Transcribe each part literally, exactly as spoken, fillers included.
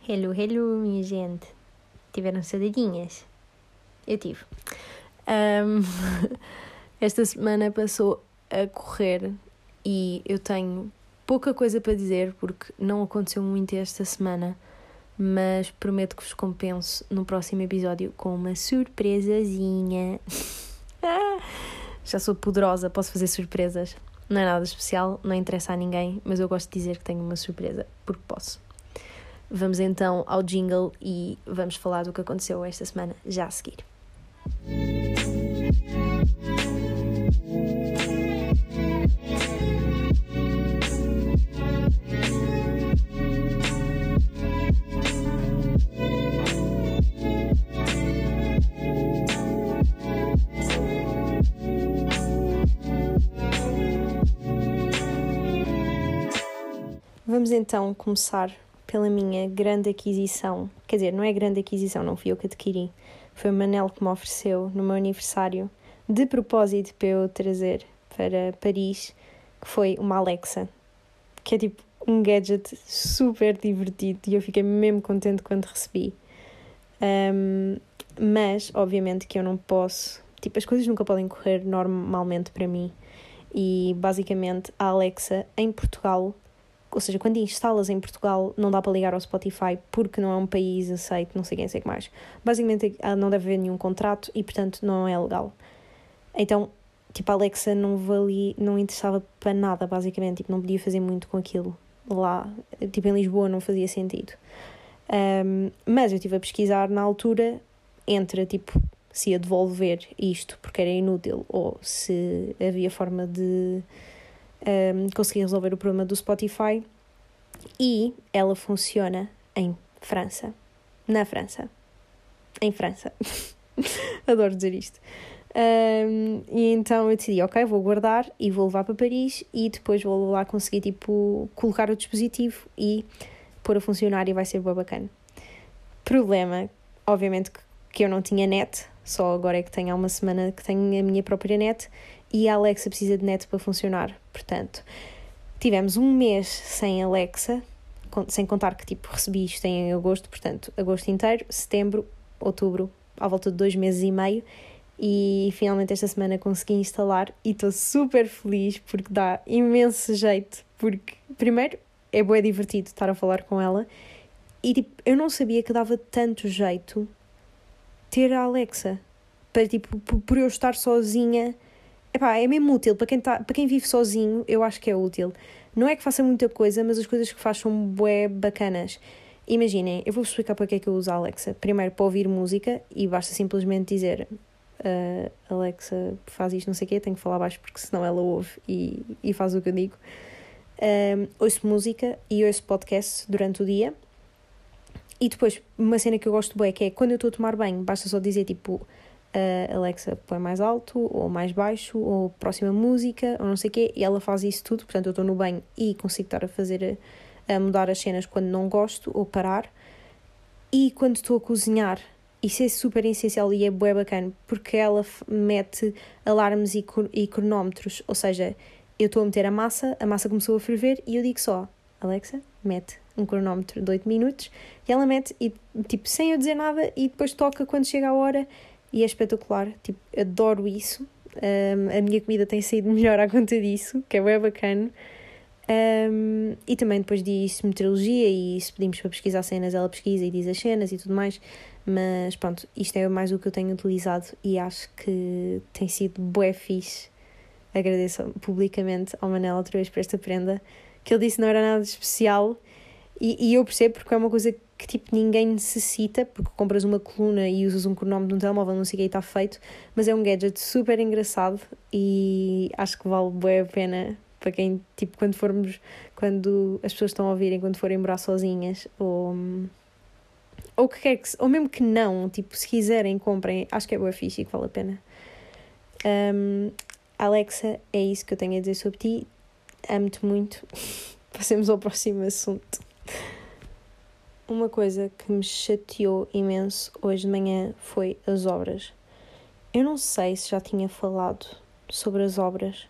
Hello, hello, minha gente. Tiveram saudadinhas? Eu tive. Um, esta semana passou a correr e eu tenho pouca coisa para dizer porque não aconteceu muito esta semana, mas prometo que vos compenso no próximo episódio com uma surpresazinha. Já sou poderosa, posso fazer surpresas. Não é nada especial, não interessa a ninguém, mas eu gosto de dizer que tenho uma surpresa, porque posso. Vamos então ao jingle e vamos falar do que aconteceu esta semana já a seguir. Vamos então começar pela minha grande aquisição. Quer dizer, não é grande aquisição, não fui eu que adquiri. Foi o Manel que me ofereceu no meu aniversário, de propósito para eu trazer para Paris, que foi uma Alexa, que é tipo um gadget super divertido e eu fiquei mesmo contente quando recebi. Um, mas, obviamente, que eu não posso... Tipo, as coisas nunca podem correr normalmente para mim. E, basicamente, a Alexa, em Portugal... Ou seja, quando instalas em Portugal, não dá para ligar ao Spotify porque não é um país aceito, não sei quem, sei o que mais. Basicamente, não deve haver nenhum contrato e, portanto, não é legal. Então, tipo, a Alexa não valia, não interessava para nada, basicamente. Tipo, não podia fazer muito com aquilo lá. Tipo, em Lisboa não fazia sentido. Um, mas eu estive a pesquisar na altura entre, tipo, se ia devolver isto porque era inútil ou se havia forma de... Um, consegui resolver o problema do Spotify e ela funciona em França. Na França. Em França. Adoro dizer isto. Um, e então eu decidi, ok, vou guardar e vou levar para Paris e depois vou lá conseguir, tipo, colocar o dispositivo e pôr a funcionar e vai ser bem bacana. Problema, obviamente, que eu não tinha net, só agora é que tenho há uma semana que tenho a minha própria net e a Alexa precisa de net para funcionar. Portanto, tivemos um mês sem Alexa, sem contar que tipo recebi isto em agosto, portanto, agosto inteiro, setembro, outubro, à volta de dois meses e meio, e finalmente esta semana consegui instalar e estou super feliz porque dá imenso jeito, porque primeiro é bué divertido estar a falar com ela e tipo, eu não sabia que dava tanto jeito ter a Alexa, para tipo, por eu estar sozinha. Epá, é mesmo útil, para quem, tá, para quem vive sozinho, eu acho que é útil. Não é que faça muita coisa, mas as coisas que faz são bué bacanas. Imaginem, eu vou-vos explicar para que é que eu uso a Alexa. Primeiro, para ouvir música, e basta simplesmente dizer uh, Alexa, faz isto, não sei o quê, tenho que falar baixo porque senão ela ouve e, e faz o que eu digo. Um, ouço música e ouço podcast durante o dia. E depois, uma cena que eu gosto bué, que é quando eu estou a tomar banho, basta só dizer tipo... Uh, Alexa põe mais alto ou mais baixo ou próxima música ou não sei o quê e ela faz isso tudo, portanto eu estou no banho e consigo estar a fazer a, a mudar as cenas quando não gosto ou parar. E quando estou a cozinhar, isso é super essencial e é bué bacana porque ela mete alarmes e, e cronómetros, ou seja, eu estou a meter a massa, a massa começou a ferver e eu digo só Alexa, mete um cronómetro de oito minutos e ela mete, e, tipo, sem eu dizer nada e depois toca quando chega a hora. E é espetacular, tipo, adoro isso. Um, a minha comida tem saído melhor à conta disso, que é bem bacana. Um, e também depois disso meteorologia e se pedimos para pesquisar cenas, ela pesquisa e diz as cenas e tudo mais. Mas pronto, isto é mais o que eu tenho utilizado e acho que tem sido bué fixe. Agradeço publicamente ao Manel outra vez por esta prenda, que ele disse que não era nada especial. E, e eu percebo porque é uma coisa que tipo ninguém necessita, porque compras uma coluna e usas um cronómetro no telemóvel, não sei o que, e está feito, mas é um gadget super engraçado e acho que vale bem a pena para quem, tipo, quando formos, quando as pessoas estão a ouvir, enquanto forem morar sozinhas, ou, ou que quer que, ou mesmo que não, tipo, se quiserem, comprem, acho que é boa fixe e que vale a pena. Um, Alexa, é isso que eu tenho a dizer sobre ti, amo-te muito, passemos ao próximo assunto. Uma coisa que me chateou imenso hoje de manhã foi as obras. Eu não sei se já tinha falado sobre as obras,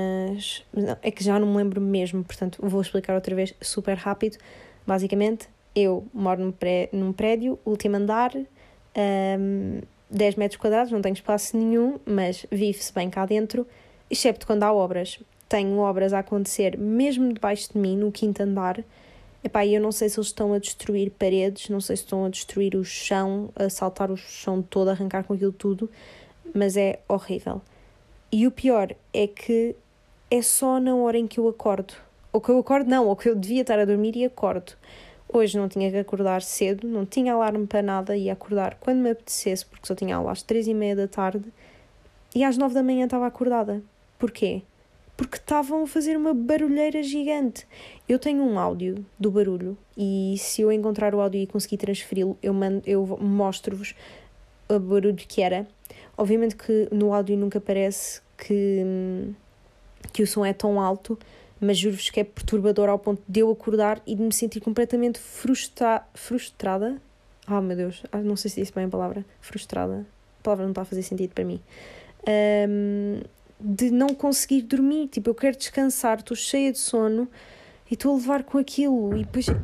mas não, é que já não me lembro mesmo, portanto vou explicar outra vez super rápido. Basicamente, Eu moro num, pré, num prédio, último andar, um, dez metros quadrados, não tenho espaço nenhum, mas vive-se bem cá dentro, excepto quando há obras. Tenho obras a acontecer mesmo debaixo de mim, no quinto andar. Epá, eu não sei se eles estão a destruir paredes, não sei se estão a destruir o chão, a saltar o chão todo, a arrancar com aquilo tudo, mas é horrível. E o pior é que é só na hora em que eu acordo. Ou que eu acordo, não, ou que eu devia estar a dormir e acordo. Hoje não tinha que acordar cedo, não tinha alarme para nada, ia acordar quando me apetecesse, porque só tinha aula às três e meia da tarde, e às nove da manhã estava acordada. Porquê? Porque estavam a fazer uma barulheira gigante. Eu tenho um áudio do barulho, e se eu encontrar o áudio e conseguir transferi-lo, eu, mando, eu mostro-vos o barulho que era. Obviamente que no áudio nunca parece que, que o som é tão alto, mas juro-vos que é perturbador ao ponto de eu acordar e de me sentir completamente frustra- frustrada. Oh, meu Deus, não sei se disse bem a palavra. Frustrada. A palavra não está a fazer sentido para mim. Um, de não conseguir dormir. Tipo, eu quero descansar, estou cheia de sono e estou a levar com aquilo. E depois...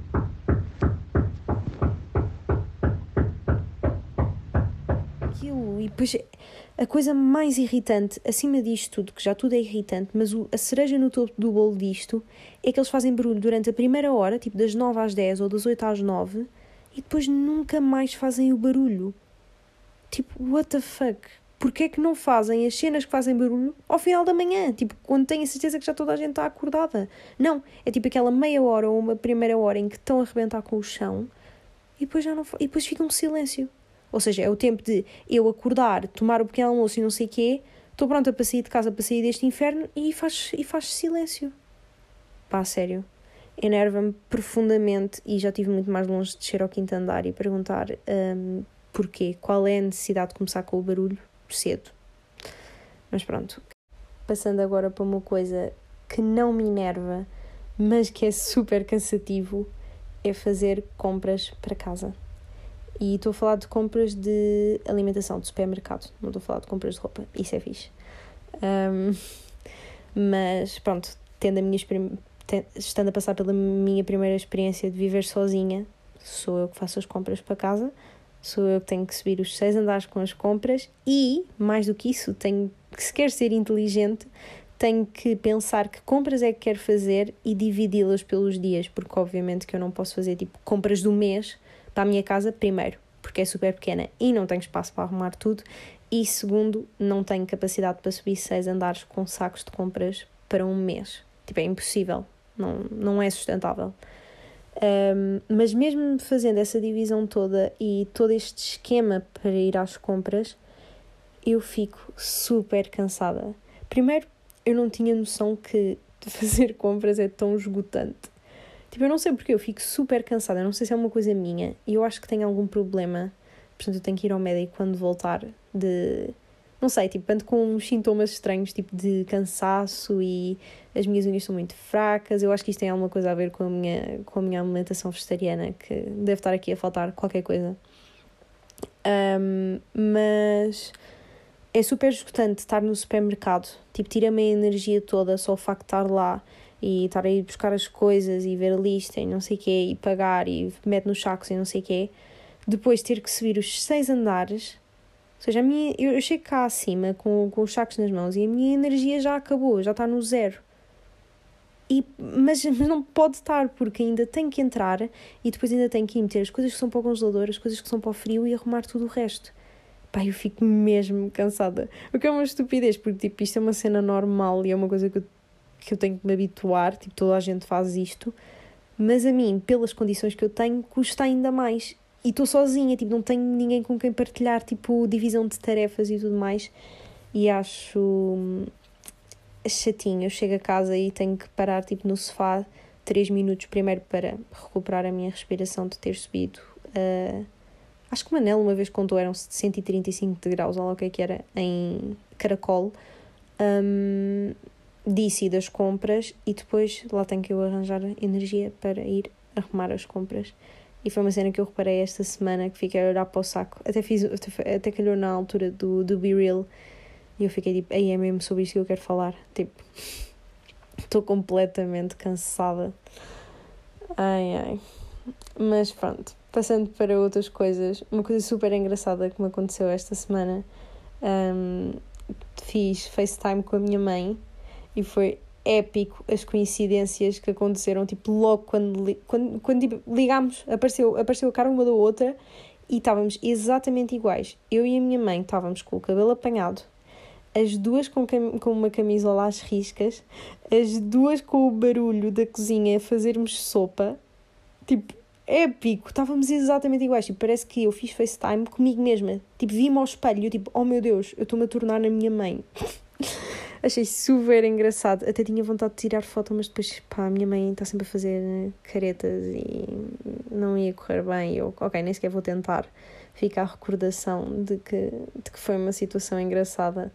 Aquilo. E depois... A coisa mais irritante, acima disto tudo, que já tudo é irritante, mas o, a cereja no topo do bolo disto, é que eles fazem barulho durante a primeira hora, tipo das nove às dez ou das oito às nove, e depois nunca mais fazem o barulho. Tipo, what the fuck? Porquê é que não fazem as cenas que fazem barulho ao final da manhã? Tipo, quando têm a certeza que já toda a gente está acordada. Não, é tipo aquela meia hora ou uma primeira hora em que estão a arrebentar com o chão, e depois, já não, e depois fica um silêncio. Ou seja, é o tempo de eu acordar, tomar o pequeno almoço e não sei o quê, estou pronta para sair de casa, para sair deste inferno, e faz, e faz silêncio. Pá, sério. Enerva-me profundamente e já estive muito mais longe de descer ao quinto andar e perguntar um, porquê, qual é a necessidade de começar com o barulho cedo. Mas pronto. Passando agora para uma coisa que não me enerva, mas que é super cansativo, é fazer compras para casa. E estou a falar de compras de alimentação, de supermercado. Não estou a falar de compras de roupa. Isso é fixe. Um, mas, pronto, tendo a minha experi- estando a passar pela minha primeira experiência de viver sozinha, sou eu que faço as compras para casa, sou eu que tenho que subir os seis andares com as compras e, mais do que isso, tenho que, se quer ser inteligente, tenho que pensar que compras é que quero fazer e dividi-las pelos dias, porque obviamente que eu não posso fazer, tipo, compras do mês para a minha casa, primeiro, porque é super pequena e não tenho espaço para arrumar tudo, e segundo, não tenho capacidade para subir seis andares com sacos de compras para um mês. Tipo, é impossível, não, não é sustentável. Um, mas mesmo fazendo essa divisão toda e todo este esquema para ir às compras, eu fico super cansada. Primeiro, eu não tinha noção que fazer compras é tão esgotante. Tipo, eu não sei porque eu fico super cansada, eu não sei se é uma coisa minha, e eu acho que tenho algum problema, portanto eu tenho que ir ao médico quando voltar de... Não sei, tipo, ando com uns sintomas estranhos, tipo de cansaço e as minhas unhas são muito fracas. Eu acho que isto tem alguma coisa a ver com a minha, com a minha alimentação vegetariana, que deve estar aqui a faltar qualquer coisa. Um, mas é super esgotante estar no supermercado, tipo, tira-me a energia toda só o facto de estar lá e estar a ir buscar as coisas e ver a lista e não sei o quê, e pagar e mete nos sacos e não sei o quê. Depois ter que subir os seis andares, ou seja, a minha, eu, eu chego cá acima com, com os sacos nas mãos e a minha energia já acabou, já está no zero. E, mas, mas não pode estar, porque ainda tenho que entrar e depois ainda tenho que ir meter as coisas que são para o congelador, as coisas que são para o frio e arrumar tudo o resto. Pá, eu fico mesmo cansada. O que é uma estupidez, porque tipo, isto é uma cena normal e é uma coisa que eu que eu tenho que me habituar, tipo, toda a gente faz isto, mas a mim, pelas condições que eu tenho, custa ainda mais. E estou sozinha, tipo, não tenho ninguém com quem partilhar, tipo, divisão de tarefas e tudo mais, e acho hum, chatinho. Eu chego a casa e tenho que parar, tipo, no sofá, três minutos primeiro para recuperar a minha respiração de ter subido. Uh, acho que o Manel uma vez contou, eram cento e trinta e cinco graus, ou lá o que é que era, em Caracol. Um, disse das compras e depois lá tenho que eu arranjar energia para ir arrumar as compras. E foi uma cena que eu reparei esta semana, que fiquei a olhar para o saco. Até, fiz, até, até calhou na altura do, do Be Real e eu fiquei tipo, aí é mesmo sobre isto que eu quero falar. Tipo, estou completamente cansada. Ai, ai. Mas pronto, passando para outras coisas, uma coisa super engraçada que me aconteceu esta semana, um, fiz FaceTime com a minha mãe e foi épico as coincidências que aconteceram, tipo, logo quando, li, quando, quando tipo, ligámos, apareceu, apareceu a cara uma da outra e estávamos exatamente iguais. Eu e a minha mãe estávamos com o cabelo apanhado, as duas com, cam- com uma camisola às riscas, as duas com o barulho da cozinha a fazermos sopa, tipo, épico, estávamos exatamente iguais, tipo, parece que eu fiz FaceTime comigo mesma, tipo, vi-me ao espelho e eu tipo, oh meu Deus, eu estou-me a tornar na minha mãe. Achei super engraçado, até tinha vontade de tirar foto, mas depois, pá, a minha mãe está sempre a fazer caretas e não ia correr bem, eu, ok, nem sequer vou tentar, fica a recordação de que, de que foi uma situação engraçada.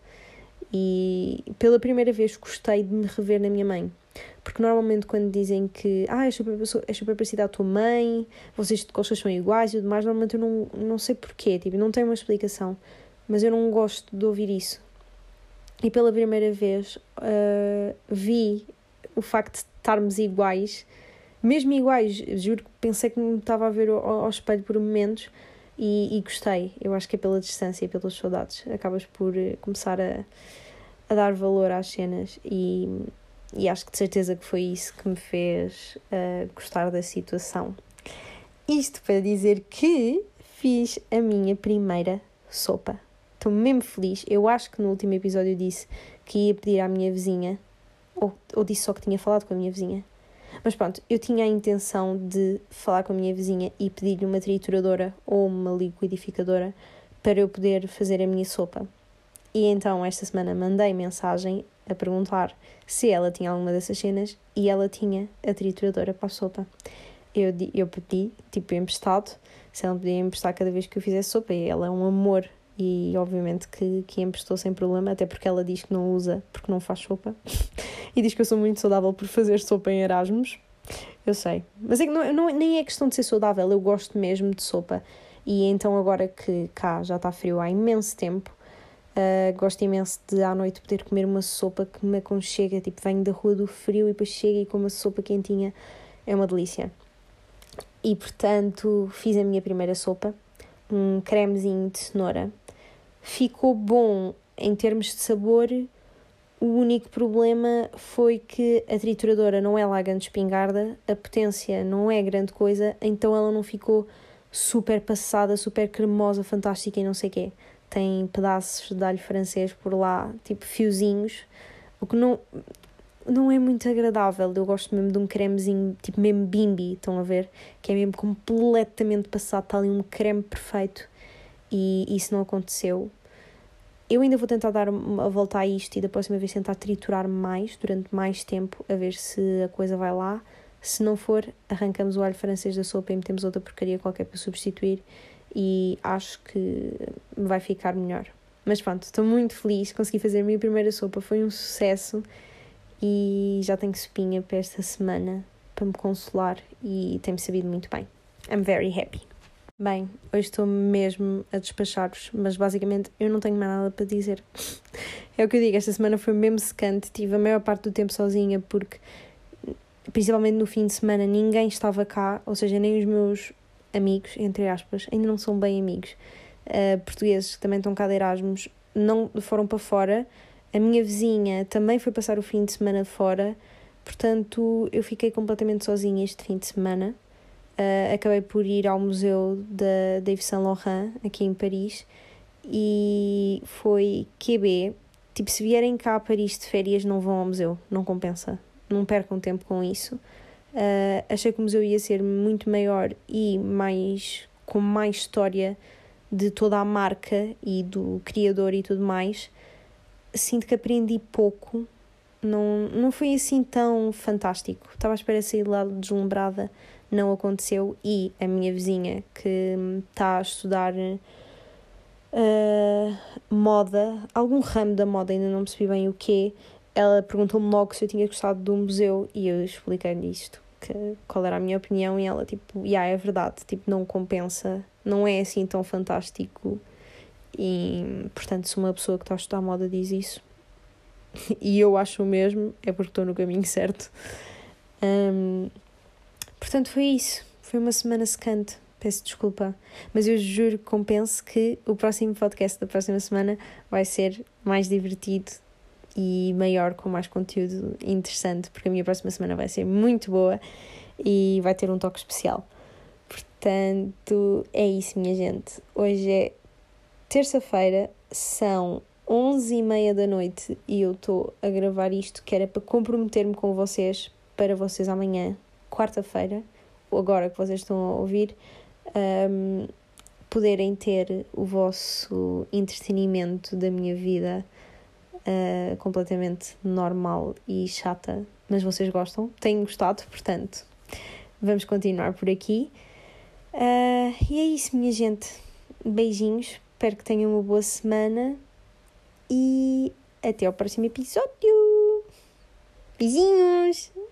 E pela primeira vez gostei de me rever na minha mãe, porque normalmente quando dizem que ah, és super, és super parecida à tua mãe, vocês de costas são iguais e tudo mais, normalmente eu não, não sei porquê, tipo, não tenho uma explicação, mas eu não gosto de ouvir isso. E pela primeira vez uh, vi o facto de estarmos iguais, mesmo iguais, juro que pensei que me estava a ver ao, ao espelho por momentos e, e gostei. Eu acho que é pela distância e pelas saudades, acabas por começar a a dar valor às cenas e, e acho que de certeza que foi isso que me fez uh, gostar da situação. Isto para dizer que fiz a minha primeira sopa. Estou mesmo feliz. Eu acho que no último episódio disse que ia pedir à minha vizinha, ou, ou disse só que tinha falado com a minha vizinha. Mas pronto, eu tinha a intenção de falar com a minha vizinha e pedir-lhe uma trituradora ou uma liquidificadora para eu poder fazer a minha sopa. E então, esta semana, mandei mensagem a perguntar se ela tinha alguma dessas cenas e ela tinha a trituradora para a sopa. Eu, eu pedi, tipo, emprestado, se ela podia emprestar cada vez que eu fizesse sopa. E ela é um amor e, obviamente, que, que emprestou sem problema, até porque ela diz que não usa porque não faz sopa. E diz que eu sou muito saudável por fazer sopa em Erasmus. Eu sei. Mas é que não, não, nem é questão de ser saudável, eu gosto mesmo de sopa. E então, agora que cá já está frio há imenso tempo, Uh, gosto imenso de à noite poder comer uma sopa que me aconchega, tipo, venho da rua do frio e depois chego e como uma sopa quentinha, é uma delícia. E portanto fiz a minha primeira sopa, um cremezinho de cenoura, ficou bom em termos de sabor. O único problema foi que a trituradora não é lá grande espingarda, a potência não é grande coisa, então ela não ficou super passada, super cremosa, fantástica e não sei o quê. Tem pedaços de alho francês por lá, tipo fiozinhos, o que não, não é muito agradável. Eu gosto mesmo de um cremezinho, tipo mesmo bimbi, estão a ver? Que é mesmo completamente passado, está ali um creme perfeito e isso não aconteceu. Eu ainda vou tentar dar a volta a isto e da próxima vez tentar triturar mais, durante mais tempo, a ver se a coisa vai lá. Se não for, arrancamos o alho francês da sopa e metemos outra porcaria qualquer para substituir. E acho que vai ficar melhor. Mas pronto, estou muito feliz, consegui fazer a minha primeira sopa, foi um sucesso e já tenho sopinha para esta semana para me consolar e tem-me sabido muito bem. I'm very happy. Bem, hoje estou mesmo a despachar-vos, mas basicamente eu não tenho mais nada para dizer. É o que eu digo, esta semana foi mesmo secante, tive a maior parte do tempo sozinha porque, principalmente no fim de semana, ninguém estava cá, ou seja, nem os meus amigos, entre aspas, ainda não são bem amigos, uh, portugueses que também estão cá de Erasmus, não foram para fora. A minha vizinha também foi passar o fim de semana fora, portanto eu fiquei completamente sozinha este fim de semana. Uh, acabei por ir ao museu da, da Yves Saint Laurent, aqui em Paris, e foi Q B. Tipo, se vierem cá a Paris de férias, não vão ao museu, não compensa, não percam tempo com isso. Uh, achei que o museu ia ser muito maior e mais, com mais história de toda a marca e do criador e tudo mais. Sinto que aprendi pouco, não, não foi assim tão fantástico. Estava à espera de sair de lá deslumbrada, não aconteceu. E a minha vizinha, que está a estudar uh, moda, algum ramo da moda, ainda não percebi bem o quê, ela perguntou-me logo se eu tinha gostado do museu e eu expliquei-lhe isto, que, qual era a minha opinião, e ela tipo, yeah, é verdade, tipo, não compensa, não é assim tão fantástico. E portanto, se uma pessoa que está a estudar moda diz isso e eu acho o mesmo, é porque estou no caminho certo. Um, portanto foi isso, foi uma semana secante, peço desculpa, mas eu juro que compenso que o próximo podcast da próxima semana vai ser mais divertido e maior, com mais conteúdo interessante, porque a minha próxima semana vai ser muito boa e vai ter um toque especial. Portanto, é isso, minha gente. Hoje é terça-feira, são onze e meia da noite e eu estou a gravar isto, que era para comprometer-me com vocês, para vocês amanhã, quarta-feira, ou agora que vocês estão a ouvir, um, poderem ter o vosso entretenimento da minha vida uh, completamente normal e chata, mas vocês gostam, têm gostado, portanto, vamos continuar por aqui. Uh, e é isso, minha gente. Beijinhos, espero que tenham uma boa semana e até ao próximo episódio. Beijinhos!